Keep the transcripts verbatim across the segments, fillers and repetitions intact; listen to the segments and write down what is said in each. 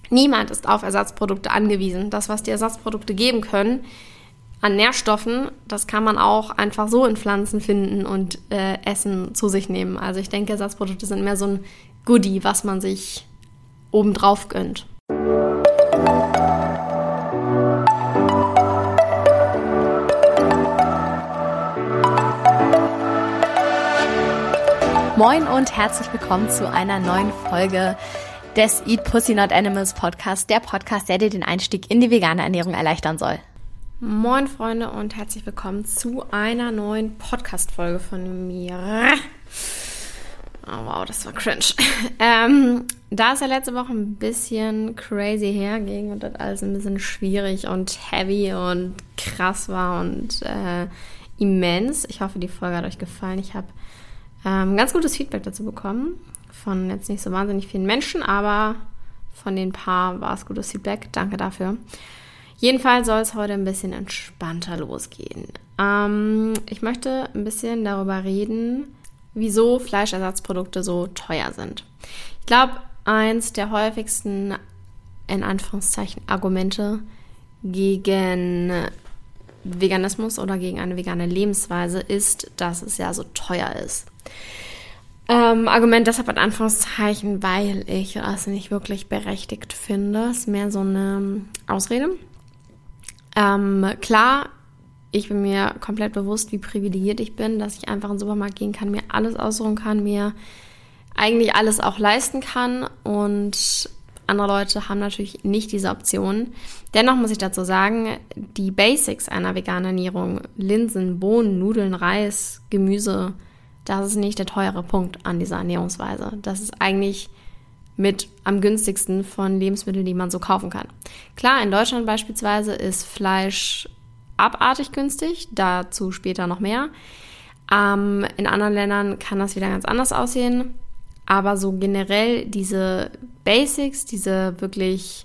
Niemand ist auf Ersatzprodukte angewiesen. Das, was die Ersatzprodukte geben können an Nährstoffen, das kann man auch einfach so in Pflanzen finden und äh, Essen zu sich nehmen. Also ich denke, Ersatzprodukte sind mehr so ein Goodie, was man sich obendrauf gönnt. Moin und herzlich willkommen zu einer neuen Folge des Eat Pussy Not Animals Podcast, der Podcast, der dir den Einstieg in die vegane Ernährung erleichtern soll. Moin Freunde und herzlich willkommen zu einer neuen Podcast-Folge von mir. Oh wow, das war cringe. ähm, da es ja letzte Woche ein bisschen crazy herging und das alles ein bisschen schwierig und heavy und krass war und äh, immens. Ich hoffe, die Folge hat euch gefallen. Ich habe ähm, ganz gutes Feedback dazu bekommen. Von jetzt nicht so wahnsinnig vielen Menschen, aber von den paar war es gutes Feedback. Danke dafür. Jedenfalls soll es heute ein bisschen entspannter losgehen. Ähm, ich möchte ein bisschen darüber reden, wieso Fleischersatzprodukte so teuer sind. Ich glaube, eins der häufigsten, in Anführungszeichen, Argumente gegen Veganismus oder gegen eine vegane Lebensweise ist, dass es ja so teuer ist. Ähm, Argument deshalb in Anführungszeichen, weil ich es nicht wirklich berechtigt finde. Es ist mehr so eine Ausrede. Ähm, klar, ich bin mir komplett bewusst, wie privilegiert ich bin, dass ich einfach in den Supermarkt gehen kann, mir alles aussuchen kann, mir eigentlich alles auch leisten kann und andere Leute haben natürlich nicht diese Option. Dennoch muss ich dazu sagen, die Basics einer veganen Ernährung, Linsen, Bohnen, Nudeln, Reis, Gemüse, das ist nicht der teure Punkt an dieser Ernährungsweise. Das ist eigentlich mit am günstigsten von Lebensmitteln, die man so kaufen kann. Klar, in Deutschland beispielsweise ist Fleisch abartig günstig, dazu später noch mehr. Ähm, in anderen Ländern kann das wieder ganz anders aussehen. Aber so generell diese Basics, diese wirklich,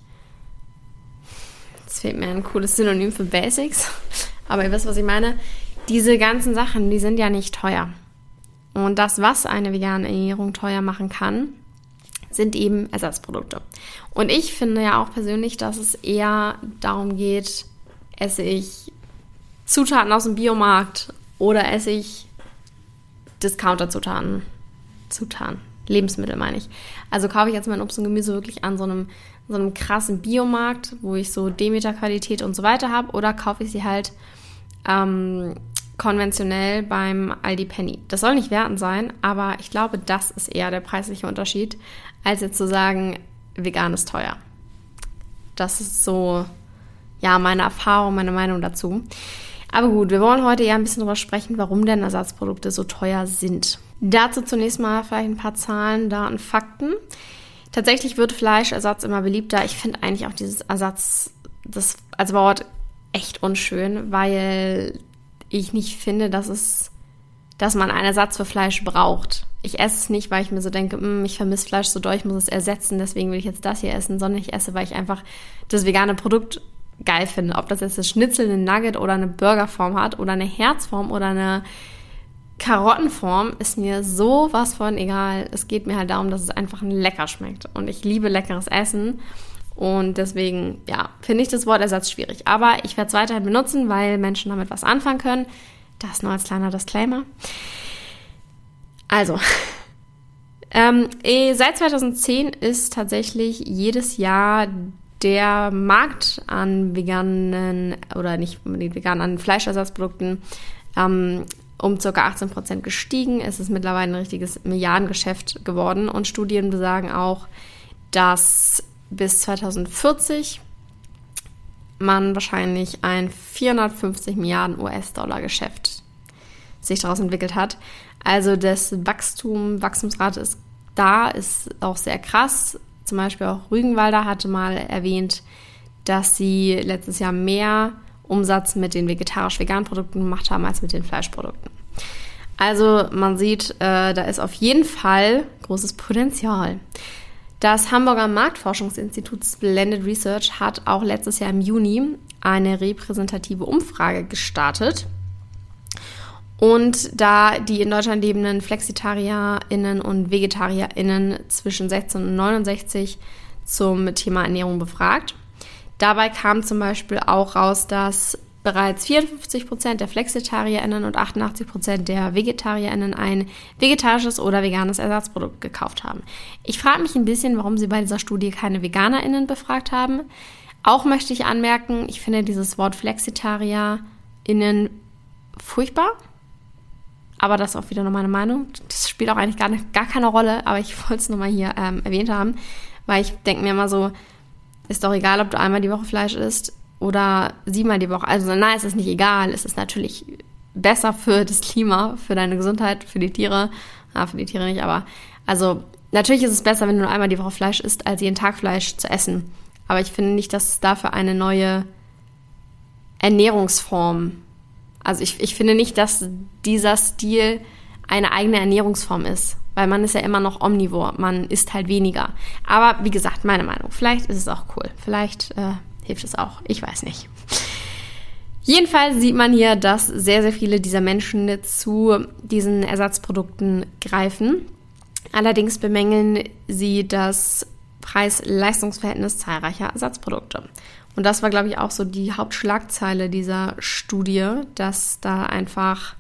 jetzt fehlt mir ein cooles Synonym für Basics, aber ihr wisst, was ich meine, diese ganzen Sachen, die sind ja nicht teuer. Und das, was eine vegane Ernährung teuer machen kann, sind eben Ersatzprodukte. Und ich finde ja auch persönlich, dass es eher darum geht, esse ich Zutaten aus dem Biomarkt oder esse ich Discounter-Zutaten. Zutaten, Lebensmittel meine ich. Also kaufe ich jetzt mein Obst und Gemüse wirklich an so einem, so einem krassen Biomarkt, wo ich so Demeter-Qualität und so weiter habe, oder kaufe ich sie halt ähm, konventionell beim Aldi Penny. Das soll nicht wertend sein, aber ich glaube, das ist eher der preisliche Unterschied, als jetzt zu sagen, vegan ist teuer. Das ist so, ja, meine Erfahrung, meine Meinung dazu. Aber gut, wir wollen heute eher ein bisschen darüber sprechen, warum denn Ersatzprodukte so teuer sind. Dazu zunächst mal vielleicht ein paar Zahlen, Daten, Fakten. Tatsächlich wird Fleischersatz immer beliebter. Ich finde eigentlich auch dieses Ersatz, das als Wort echt unschön, weil ich nicht finde, dass es, dass man einen Ersatz für Fleisch braucht. Ich esse es nicht, weil ich mir so denke, ich vermisse Fleisch so doll, ich muss es ersetzen, deswegen will ich jetzt das hier essen, sondern ich esse, weil ich einfach das vegane Produkt geil finde. Ob das jetzt das Schnitzel, eine Nugget oder eine Burgerform hat oder eine Herzform oder eine Karottenform, ist mir sowas von egal. Es geht mir halt darum, dass es einfach lecker schmeckt. Und ich liebe leckeres Essen. Und deswegen, ja, finde ich das Wort Ersatz schwierig. Aber ich werde es weiterhin benutzen, weil Menschen damit was anfangen können. Das nur als kleiner Disclaimer. Also, ähm, seit zweitausendzehn ist tatsächlich jedes Jahr der Markt an veganen, oder nicht unbedingt veganen, an Fleischersatzprodukten ähm, um ca. achtzehn Prozent gestiegen. Es ist mittlerweile ein richtiges Milliardengeschäft geworden. Und Studien besagen auch, dass bis zweitausendvierzig man wahrscheinlich ein vierhundertfünfzig Milliarden U S-Dollar Geschäft sich daraus entwickelt hat. Also das Wachstum, Wachstumsrate ist da, ist auch sehr krass. Zum Beispiel auch Rügenwalder hatte mal erwähnt, dass sie letztes Jahr mehr Umsatz mit den vegetarisch-veganen Produkten gemacht haben als mit den Fleischprodukten. Also man sieht, äh, da ist auf jeden Fall großes Potenzial. Das Hamburger Marktforschungsinstitut Splendid Research hat auch letztes Jahr im Juni eine repräsentative Umfrage gestartet. Und da die in Deutschland lebenden FlexitarierInnen und VegetarierInnen zwischen sechzehn und neunundsechzig zum Thema Ernährung befragt. Dabei kam zum Beispiel auch raus, dass bereits vierundfünfzig Prozent der FlexitarierInnen und achtundachtzig Prozent der VegetarierInnen ein vegetarisches oder veganes Ersatzprodukt gekauft haben. Ich frage mich ein bisschen, warum sie bei dieser Studie keine VeganerInnen befragt haben. Auch möchte ich anmerken, ich finde dieses Wort FlexitarierInnen furchtbar. Aber das ist auch wieder nur meine Meinung. Das spielt auch eigentlich gar, nicht, gar keine Rolle, aber ich wollte es nochmal hier ähm, erwähnt haben, weil ich denke mir immer so, ist doch egal, ob du einmal die Woche Fleisch isst oder siebenmal die Woche. Also nein, es ist nicht egal. Es ist natürlich besser für das Klima, für deine Gesundheit, für die Tiere. Ja, für die Tiere nicht, aber also natürlich ist es besser, wenn du nur einmal die Woche Fleisch isst, als jeden Tag Fleisch zu essen. Aber ich finde nicht, dass es dafür eine neue Ernährungsform, also ich, ich finde nicht, dass dieser Stil eine eigene Ernährungsform ist, weil man ist ja immer noch omnivor, man isst halt weniger. Aber wie gesagt, meine Meinung, vielleicht ist es auch cool, vielleicht äh, hilft es auch, ich weiß nicht. Jedenfalls sieht man hier, dass sehr, sehr viele dieser Menschen zu diesen Ersatzprodukten greifen. Allerdings bemängeln sie das Preis-Leistungs-Verhältnis zahlreicher Ersatzprodukte. Und das war, glaube ich, auch so die Hauptschlagzeile dieser Studie, dass da einfach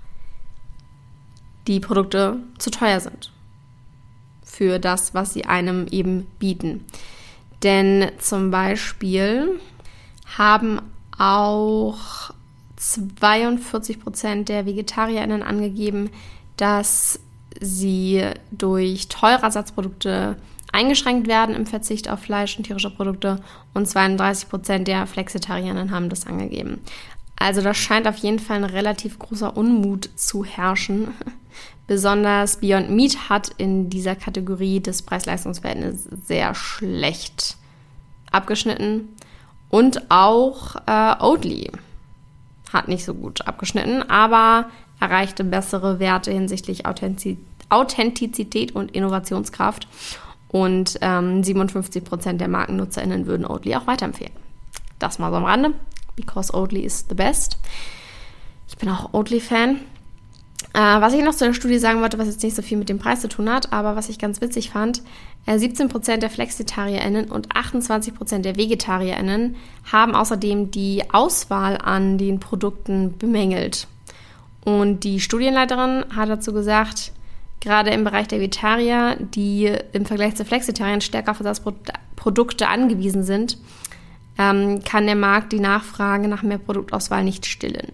die Produkte zu teuer sind für das, was sie einem eben bieten. Denn zum Beispiel haben auch zweiundvierzig Prozent der VegetarierInnen angegeben, dass sie durch teure Ersatzprodukte eingeschränkt werden im Verzicht auf Fleisch und tierische Produkte und zweiunddreißig Prozent der FlexitarierInnen haben das angegeben. Also da scheint auf jeden Fall ein relativ großer Unmut zu herrschen. Besonders Beyond Meat hat in dieser Kategorie des Preis-Leistungs-Verhältnisses sehr schlecht abgeschnitten. Und auch äh, Oatly hat nicht so gut abgeschnitten, aber erreichte bessere Werte hinsichtlich Authentiz- Authentizität und Innovationskraft. Und ähm, siebenundfünfzig Prozent der MarkennutzerInnen würden Oatly auch weiterempfehlen. Das mal so am Rande, because Oatly is the best. Ich bin auch Oatly-Fan. Äh, was ich noch zu der Studie sagen wollte, was jetzt nicht so viel mit dem Preis zu tun hat, aber was ich ganz witzig fand, äh, siebzehn Prozent der FlexitarierInnen und achtundzwanzig Prozent der VegetarierInnen haben außerdem die Auswahl an den Produkten bemängelt. Und die Studienleiterin hat dazu gesagt, gerade im Bereich der Vegetarier, die im Vergleich zu Flexitariern stärker auf Ersatzprodukte angewiesen sind, ähm, kann der Markt die Nachfrage nach mehr Produktauswahl nicht stillen.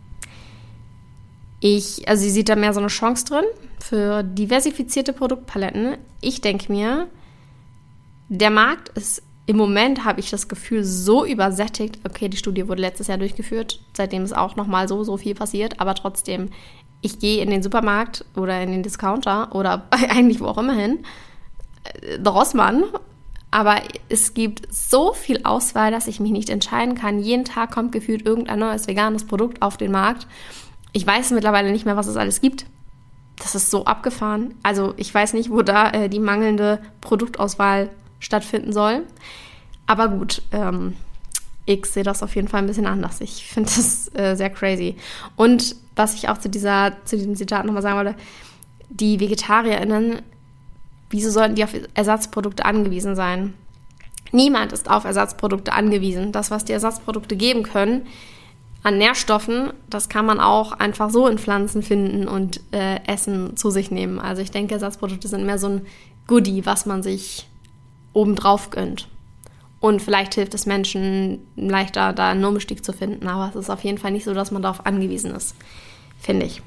Ich, also sie sieht da mehr so eine Chance drin für diversifizierte Produktpaletten. Ich denke mir, der Markt ist im Moment, habe ich das Gefühl, so übersättigt. Okay, die Studie wurde letztes Jahr durchgeführt, seitdem ist auch nochmal so, so viel passiert, aber trotzdem, ich gehe in den Supermarkt oder in den Discounter oder eigentlich wo auch immer hin, der Rossmann, aber es gibt so viel Auswahl, dass ich mich nicht entscheiden kann. Jeden Tag kommt gefühlt irgendein neues veganes Produkt auf den Markt. Ich weiß mittlerweile nicht mehr, was es alles gibt. Das ist so abgefahren. Also ich weiß nicht, wo da äh, die mangelnde Produktauswahl stattfinden soll. Aber gut, ähm, ich sehe das auf jeden Fall ein bisschen anders. Ich finde das äh, sehr crazy. Und was ich auch zu, dieser, zu diesem Zitat nochmal sagen wollte, die VegetarierInnen, wieso sollten die auf Ersatzprodukte angewiesen sein? Niemand ist auf Ersatzprodukte angewiesen. Das, was die Ersatzprodukte geben können, an Nährstoffen, das kann man auch einfach so in Pflanzen finden und äh, Essen zu sich nehmen. Also ich denke, Ersatzprodukte sind mehr so ein Goodie, was man sich obendrauf gönnt. Und vielleicht hilft es Menschen leichter, da einen Umstieg zu finden. Aber es ist auf jeden Fall nicht so, dass man darauf angewiesen ist, finde ich.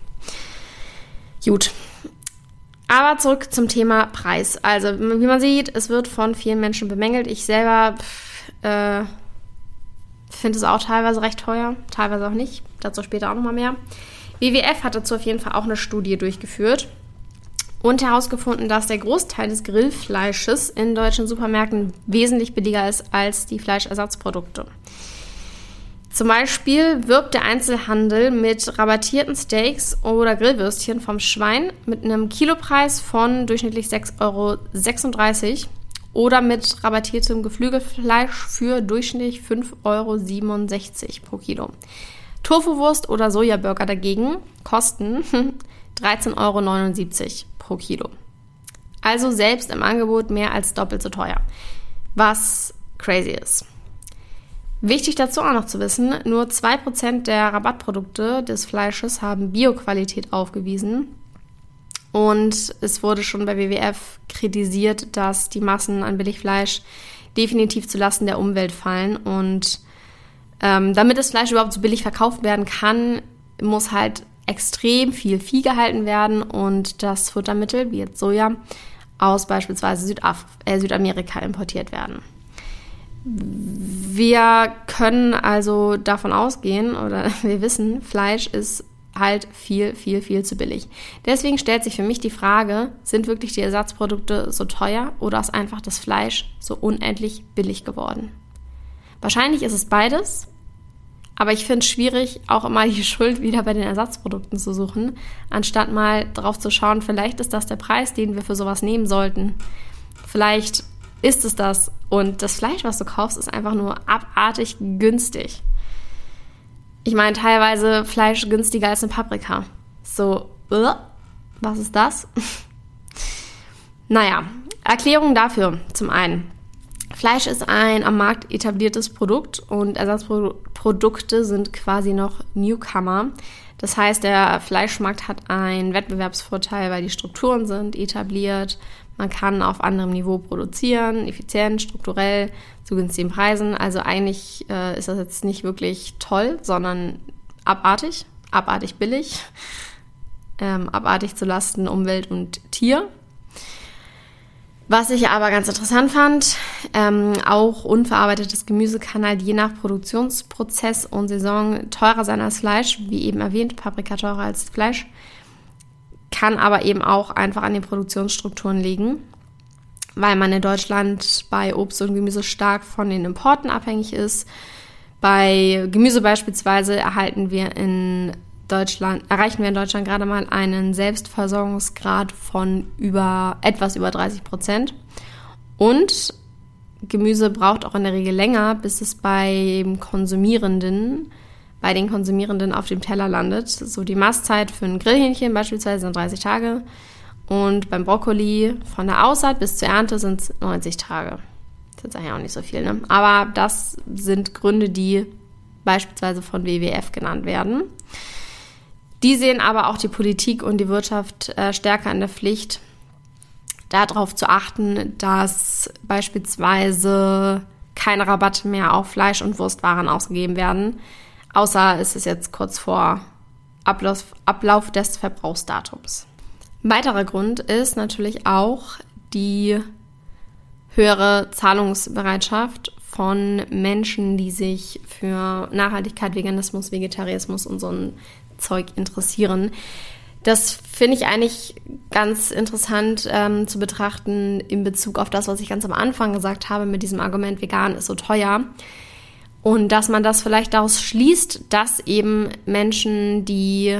Gut. Aber zurück zum Thema Preis. Also wie man sieht, es wird von vielen Menschen bemängelt. Ich selber pff, äh, finde es auch teilweise recht teuer, teilweise auch nicht. Dazu später auch nochmal mehr. W W F hat dazu auf jeden Fall auch eine Studie durchgeführt und herausgefunden, dass der Großteil des Grillfleisches in deutschen Supermärkten wesentlich billiger ist als die Fleischersatzprodukte. Zum Beispiel wirbt der Einzelhandel mit rabattierten Steaks oder Grillwürstchen vom Schwein mit einem Kilopreis von durchschnittlich sechs Euro sechsunddreißig oder mit rabattiertem Geflügelfleisch für durchschnittlich fünf Euro siebenundsechzig pro Kilo. Tofuwurst oder Sojaburger dagegen kosten dreizehn Euro neunundsiebzig pro Kilo. Also selbst im Angebot mehr als doppelt so teuer. was crazy ist. Wichtig dazu auch noch zu wissen, nur zwei Prozent der Rabattprodukte des Fleisches haben Bioqualität aufgewiesen. Und es wurde schon bei W W F kritisiert, dass die Massen an Billigfleisch definitiv zulasten der Umwelt fallen. Und ähm, damit das Fleisch überhaupt so billig verkauft werden kann, muss halt extrem viel Vieh gehalten werden. Und das Futtermittel, wie jetzt Soja, aus beispielsweise Südaf- äh, Südamerika importiert werden. Wir können also davon ausgehen, oder wir wissen, Fleisch ist halt viel, viel, viel zu billig. Deswegen stellt sich für mich die Frage, sind wirklich die Ersatzprodukte so teuer oder ist einfach das Fleisch so unendlich billig geworden? Wahrscheinlich ist es beides, aber ich finde es schwierig, auch immer die Schuld wieder bei den Ersatzprodukten zu suchen, anstatt mal drauf zu schauen, vielleicht ist das der Preis, den wir für sowas nehmen sollten. Vielleicht ist es das und das Fleisch, was du kaufst, ist einfach nur abartig günstig. Ich meine, teilweise Fleisch günstiger als eine Paprika. So, uh, was ist das? Naja, Erklärung dafür zum einen. Fleisch ist ein am Markt etabliertes Produkt und Ersatzprodukte sind quasi noch Newcomer. Das heißt, der Fleischmarkt hat einen Wettbewerbsvorteil, weil die Strukturen sind etabliert. Man kann auf anderem Niveau produzieren, effizient, strukturell, zu günstigen Preisen. Also eigentlich äh, ist das jetzt nicht wirklich toll, sondern abartig, abartig billig, ähm, abartig zulasten Umwelt und Tier. Was ich aber ganz interessant fand, ähm, auch unverarbeitetes Gemüse kann halt je nach Produktionsprozess und Saison teurer sein als Fleisch, wie eben erwähnt, Paprika teurer als Fleisch, kann aber eben auch einfach an den Produktionsstrukturen liegen, weil man in Deutschland bei Obst und Gemüse stark von den Importen abhängig ist. Bei Gemüse beispielsweise erhalten wir in Deutschland, erreichen wir in Deutschland gerade mal einen Selbstversorgungsgrad von über etwas über dreißig Prozent. Und Gemüse braucht auch in der Regel länger, bis es beim Konsumierenden, bei den Konsumierenden auf dem Teller landet. So die Mastzeit für ein Grillhähnchen beispielsweise sind dreißig Tage und beim Brokkoli von der Aussaat bis zur Ernte sind es neunzig Tage. Das ist jetzt eigentlich auch nicht so viel, ne? Aber das sind Gründe, die beispielsweise von W W F genannt werden. Die sehen aber auch die Politik und die Wirtschaft äh, stärker in der Pflicht, darauf zu achten, dass beispielsweise keine Rabatte mehr auf Fleisch- und Wurstwaren ausgegeben werden, außer es ist jetzt kurz vor Ablauf, Ablauf des Verbrauchsdatums. Ein weiterer Grund ist natürlich auch die höhere Zahlungsbereitschaft von Menschen, die sich für Nachhaltigkeit, Veganismus, Vegetarismus und so ein Zeug interessieren. Das finde ich eigentlich ganz interessant ähm, zu betrachten in Bezug auf das, was ich ganz am Anfang gesagt habe mit diesem Argument, vegan ist so teuer. Und dass man das vielleicht daraus schließt, dass eben Menschen, die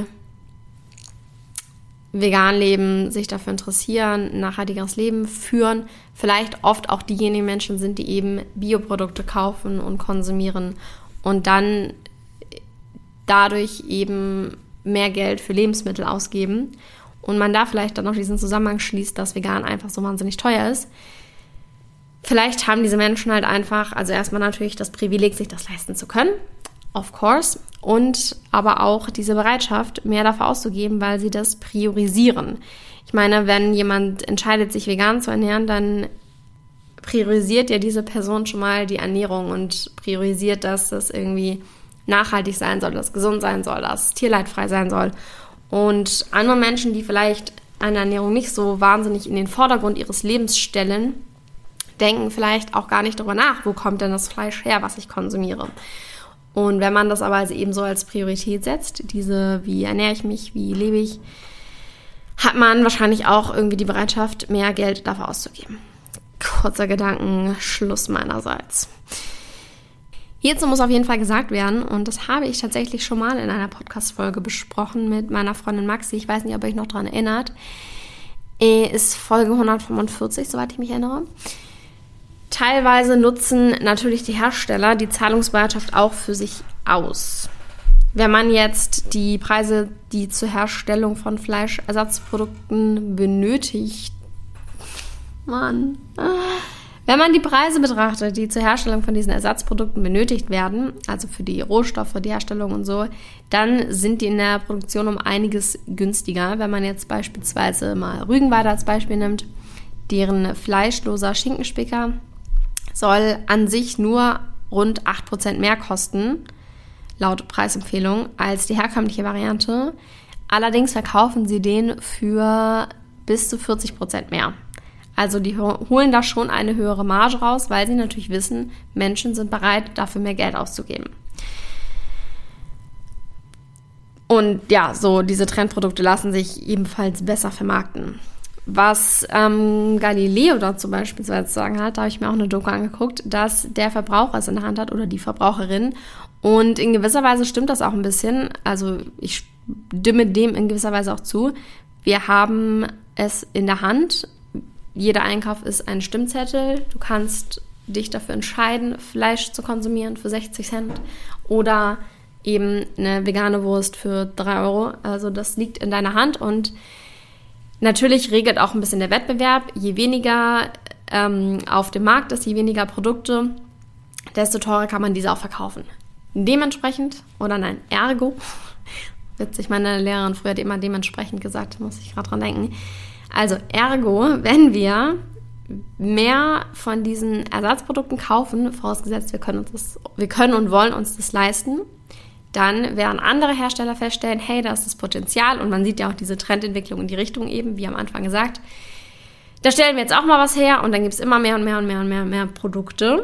vegan leben, sich dafür interessieren, ein nachhaltigeres Leben führen, vielleicht oft auch diejenigen Menschen sind, die eben Bioprodukte kaufen und konsumieren und dann dadurch eben mehr Geld für Lebensmittel ausgeben und man da vielleicht dann noch diesen Zusammenhang schließt, dass vegan einfach so wahnsinnig teuer ist. Vielleicht haben diese Menschen halt einfach, also erstmal natürlich das Privileg, sich das leisten zu können, of course, und aber auch diese Bereitschaft, mehr dafür auszugeben, weil sie das priorisieren. Ich meine, wenn jemand entscheidet, sich vegan zu ernähren, dann priorisiert ja diese Person schon mal die Ernährung und priorisiert, dass das irgendwie nachhaltig sein soll, dass gesund sein soll, dass tierleidfrei sein soll. Und andere Menschen, die vielleicht eine Ernährung nicht so wahnsinnig in den Vordergrund ihres Lebens stellen, denken vielleicht auch gar nicht darüber nach, wo kommt denn das Fleisch her, was ich konsumiere. Und wenn man das aber also eben so als Priorität setzt, diese, wie ernähre ich mich, wie lebe ich, hat man wahrscheinlich auch irgendwie die Bereitschaft, mehr Geld dafür auszugeben. Kurzer Gedankenschluss meinerseits. Hierzu muss auf jeden Fall gesagt werden, und das habe ich tatsächlich schon mal in einer Podcast-Folge besprochen mit meiner Freundin Maxi, ich weiß nicht, ob ihr euch noch daran erinnert, ist Folge hundertfünfundvierzig, soweit ich mich erinnere. Teilweise nutzen natürlich die Hersteller die Zahlungsbereitschaft auch für sich aus. Wenn man jetzt die Preise, die zur Herstellung von Fleischersatzprodukten benötigt, Mann, Wenn man die Preise betrachtet, die zur Herstellung von diesen Ersatzprodukten benötigt werden, also für die Rohstoffe, die Herstellung und so, dann sind die in der Produktion um einiges günstiger. Wenn man jetzt beispielsweise mal Rügenwalder als Beispiel nimmt, deren fleischloser Schinkenspicker soll an sich nur rund acht Prozent mehr kosten, laut Preisempfehlung, als die herkömmliche Variante. Allerdings verkaufen sie den für bis zu vierzig Prozent mehr. Also die holen da schon eine höhere Marge raus, weil sie natürlich wissen, Menschen sind bereit, dafür mehr Geld auszugeben. Und ja, so diese Trendprodukte lassen sich ebenfalls besser vermarkten. Was ähm, Galileo dazu beispielsweise zu sagen hat, da habe ich mir auch eine Doku angeguckt, dass der Verbraucher es in der Hand hat oder die Verbraucherin. Und in gewisser Weise stimmt das auch ein bisschen. Also ich stimme dem in gewisser Weise auch zu. Wir haben es in der Hand. Jeder Einkauf ist ein Stimmzettel. Du kannst dich dafür entscheiden, Fleisch zu konsumieren für sechzig Cent oder eben eine vegane Wurst für drei Euro. Also das liegt in deiner Hand und natürlich regelt auch ein bisschen der Wettbewerb. Je weniger ähm, auf dem Markt ist, je weniger Produkte, desto teurer kann man diese auch verkaufen. Dementsprechend, oder nein, ergo, witzig, meine Lehrerin früher hat immer dementsprechend gesagt, muss ich gerade dran denken. Also ergo, wenn wir mehr von diesen Ersatzprodukten kaufen, vorausgesetzt wir können uns das, wir können und wollen uns das leisten, dann werden andere Hersteller feststellen, hey, da ist das Potenzial und man sieht ja auch diese Trendentwicklung in die Richtung eben, wie am Anfang gesagt. Da stellen wir jetzt auch mal was her und dann gibt es immer mehr und mehr und mehr und mehr und mehr Produkte.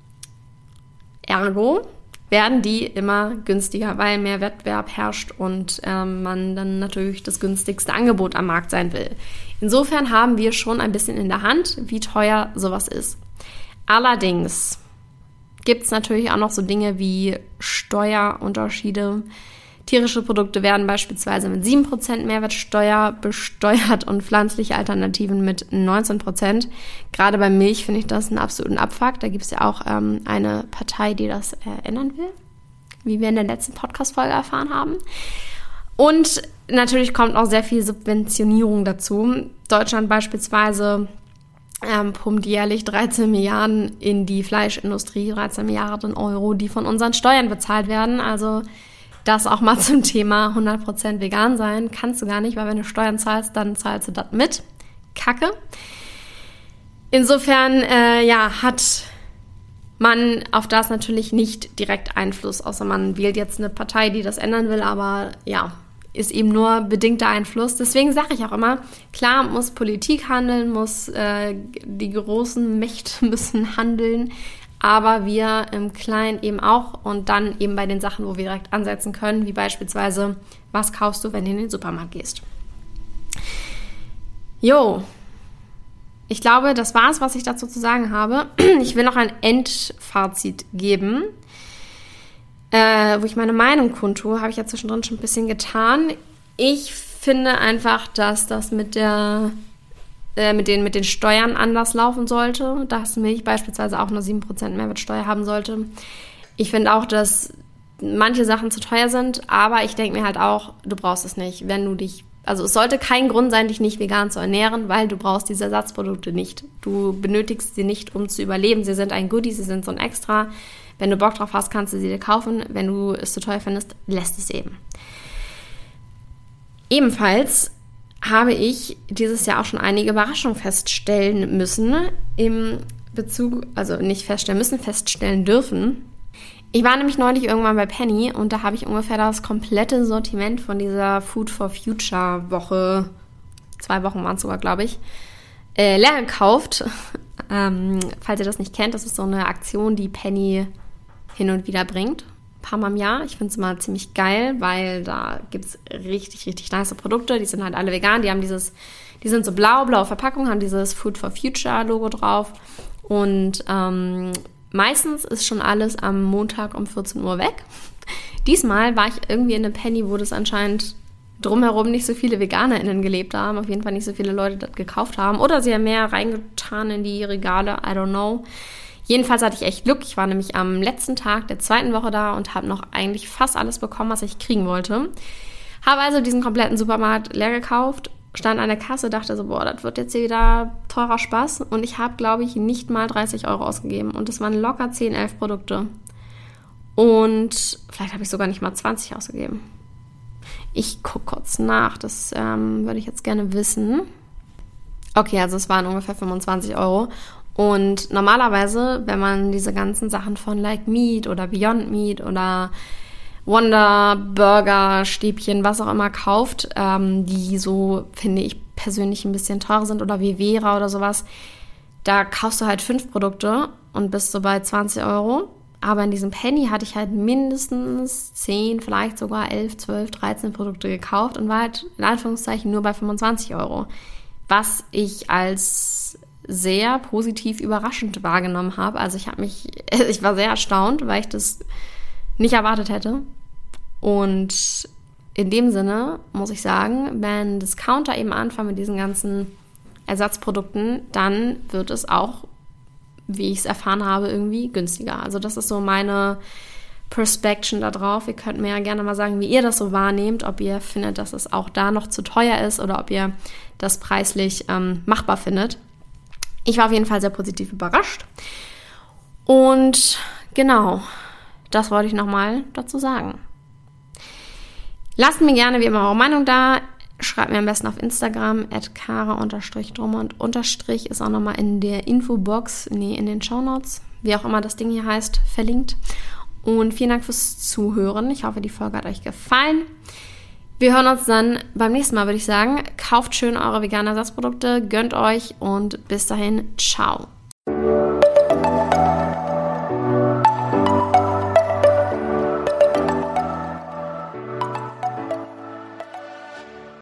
Ergo werden die immer günstiger, weil mehr Wettbewerb herrscht und ähm, man dann natürlich das günstigste Angebot am Markt sein will. Insofern haben wir schon ein bisschen in der Hand, wie teuer sowas ist. Allerdings gibt es natürlich auch noch so Dinge wie Steuerunterschiede. Tierische Produkte werden beispielsweise mit sieben Prozent Mehrwertsteuer besteuert und pflanzliche Alternativen mit neunzehn Prozent. Gerade bei Milch finde ich das einen absoluten Abfuck. Da gibt es ja auch ähm, eine Partei, die das äh, ändern will, wie wir in der letzten Podcast-Folge erfahren haben. Und natürlich kommt auch sehr viel Subventionierung dazu. Deutschland beispielsweise ähm, pumpt jährlich dreizehn Milliarden in die Fleischindustrie, dreizehn Milliarden Euro, die von unseren Steuern bezahlt werden. Also das auch mal zum Thema hundert Prozent vegan sein. Kannst du gar nicht, weil wenn du Steuern zahlst, dann zahlst du das mit. Kacke. Insofern, äh, ja, hat man auf das natürlich nicht direkt Einfluss, außer man wählt jetzt eine Partei, die das ändern will, aber ja, ist eben nur bedingter Einfluss. Deswegen sage ich auch immer, klar muss Politik handeln, muss äh, die großen Mächte müssen handeln, aber wir im Kleinen eben auch und dann eben bei den Sachen, wo wir direkt ansetzen können, wie beispielsweise, was kaufst du, wenn du in den Supermarkt gehst. Jo, ich glaube, das war's, was ich dazu zu sagen habe. Ich will noch ein Endfazit geben, äh, wo ich meine Meinung kundtue, habe ich ja zwischendrin schon ein bisschen getan. Ich finde einfach, dass das mit der Mit den, mit den Steuern anders laufen sollte, dass Milch beispielsweise auch nur sieben Prozent Mehrwertsteuer haben sollte. Ich finde auch, dass manche Sachen zu teuer sind, aber ich denke mir halt auch, du brauchst es nicht, wenn du dich, also es sollte kein Grund sein, dich nicht vegan zu ernähren, weil du brauchst diese Ersatzprodukte nicht. Du benötigst sie nicht, um zu überleben. Sie sind ein Goodie, sie sind so ein Extra. Wenn du Bock drauf hast, kannst du sie dir kaufen. Wenn du es zu teuer findest, lässt es eben. Ebenfalls habe ich dieses Jahr auch schon einige Überraschungen feststellen müssen im Bezug, also nicht feststellen müssen, feststellen dürfen. Ich war nämlich neulich irgendwann bei Penny und da habe ich ungefähr das komplette Sortiment von dieser Food for Future Woche, zwei Wochen waren es sogar, glaube ich, äh, leer gekauft. ähm, falls ihr das nicht kennt, das ist so eine Aktion, die Penny hin und wieder bringt. Ein paar Mal im Jahr. Ich finde es immer ziemlich geil, weil da gibt es richtig, richtig nice Produkte. Die sind halt alle vegan. Die haben dieses, die sind so blau, blaue Verpackung, haben dieses Food for Future Logo drauf. Und ähm, meistens ist schon alles am Montag um vierzehn Uhr weg. Diesmal war ich irgendwie in einem Penny, wo das anscheinend drumherum nicht so viele VeganerInnen gelebt haben. Auf jeden Fall nicht so viele Leute das gekauft haben. Oder sie haben mehr reingetan in die Regale. I don't know. Jedenfalls hatte ich echt Glück. Ich war nämlich am letzten Tag der zweiten Woche da und habe noch eigentlich fast alles bekommen, was ich kriegen wollte. Habe also diesen kompletten Supermarkt leer gekauft. stand an der Kasse, dachte so, boah, das wird jetzt hier wieder teurer Spaß. Und ich habe, glaube ich, nicht mal dreißig Euro ausgegeben. Und das waren locker zehn, elf Produkte. Und vielleicht habe ich sogar nicht mal zwanzig ausgegeben. Ich gucke kurz nach, das ähm, würde ich jetzt gerne wissen. Okay, also es waren ungefähr fünfundzwanzig Euro. Und normalerweise, wenn man diese ganzen Sachen von Like Meat oder Beyond Meat oder Wonder Burger, Stäbchen, was auch immer kauft, ähm, die so, finde ich, persönlich ein bisschen teurer sind oder wie Vera oder sowas, da kaufst du halt fünf Produkte und bist so bei zwanzig Euro. Aber in diesem Penny hatte ich halt mindestens zehn, vielleicht sogar elf, zwölf, dreizehn Produkte gekauft und war halt in Anführungszeichen nur bei fünfundzwanzig Euro. Was ich als sehr positiv überraschend wahrgenommen habe. Also ich habe mich, ich war sehr erstaunt, weil ich das nicht erwartet hätte. Und in dem Sinne muss ich sagen, wenn Discounter eben anfangen mit diesen ganzen Ersatzprodukten, dann wird es auch, wie ich es erfahren habe, irgendwie günstiger. Also das ist so meine Perspektion da drauf. Ihr könnt mir ja gerne mal sagen, wie ihr das so wahrnehmt, ob ihr findet, dass es auch da noch zu teuer ist oder ob ihr das preislich ähm, machbar findet. Ich war auf jeden Fall sehr positiv überrascht. Und genau, das wollte ich nochmal dazu sagen. Lasst mir gerne wie immer eure Meinung da. Schreibt mir am besten auf Instagram at kara-drumme und unterstrich ist auch nochmal in der Infobox, nee, in den Shownotes, wie auch immer das Ding hier heißt, verlinkt. Und vielen Dank fürs Zuhören. Ich hoffe, die Folge hat euch gefallen. Wir hören uns dann beim nächsten Mal, würde ich sagen. Kauft schön eure veganen Ersatzprodukte, gönnt euch und bis dahin, ciao.